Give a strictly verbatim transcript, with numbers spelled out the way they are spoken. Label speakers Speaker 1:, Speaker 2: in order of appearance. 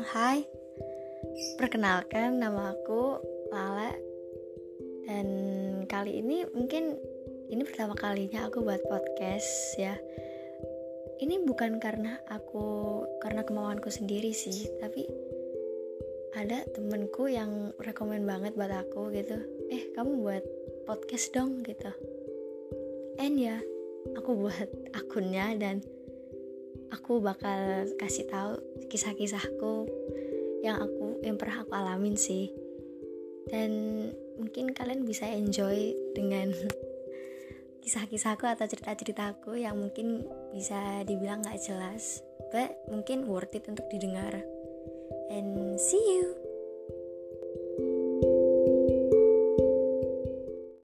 Speaker 1: Hai, perkenalkan nama aku Lala. Dan kali ini mungkin ini pertama kalinya aku buat podcast ya. Ini bukan karena aku karena kemauanku sendiri sih, tapi ada temenku yang rekomen banget buat aku gitu. Eh kamu buat podcast dong gitu. And ya, aku buat akunnya dan aku bakal kasih tahu kisah-kisahku yang aku yang pernah aku alamin sih. Dan mungkin kalian bisa enjoy dengan kisah-kisahku atau cerita-ceritaku yang mungkin bisa dibilang gak jelas, but mungkin worth it untuk didengar. And see you.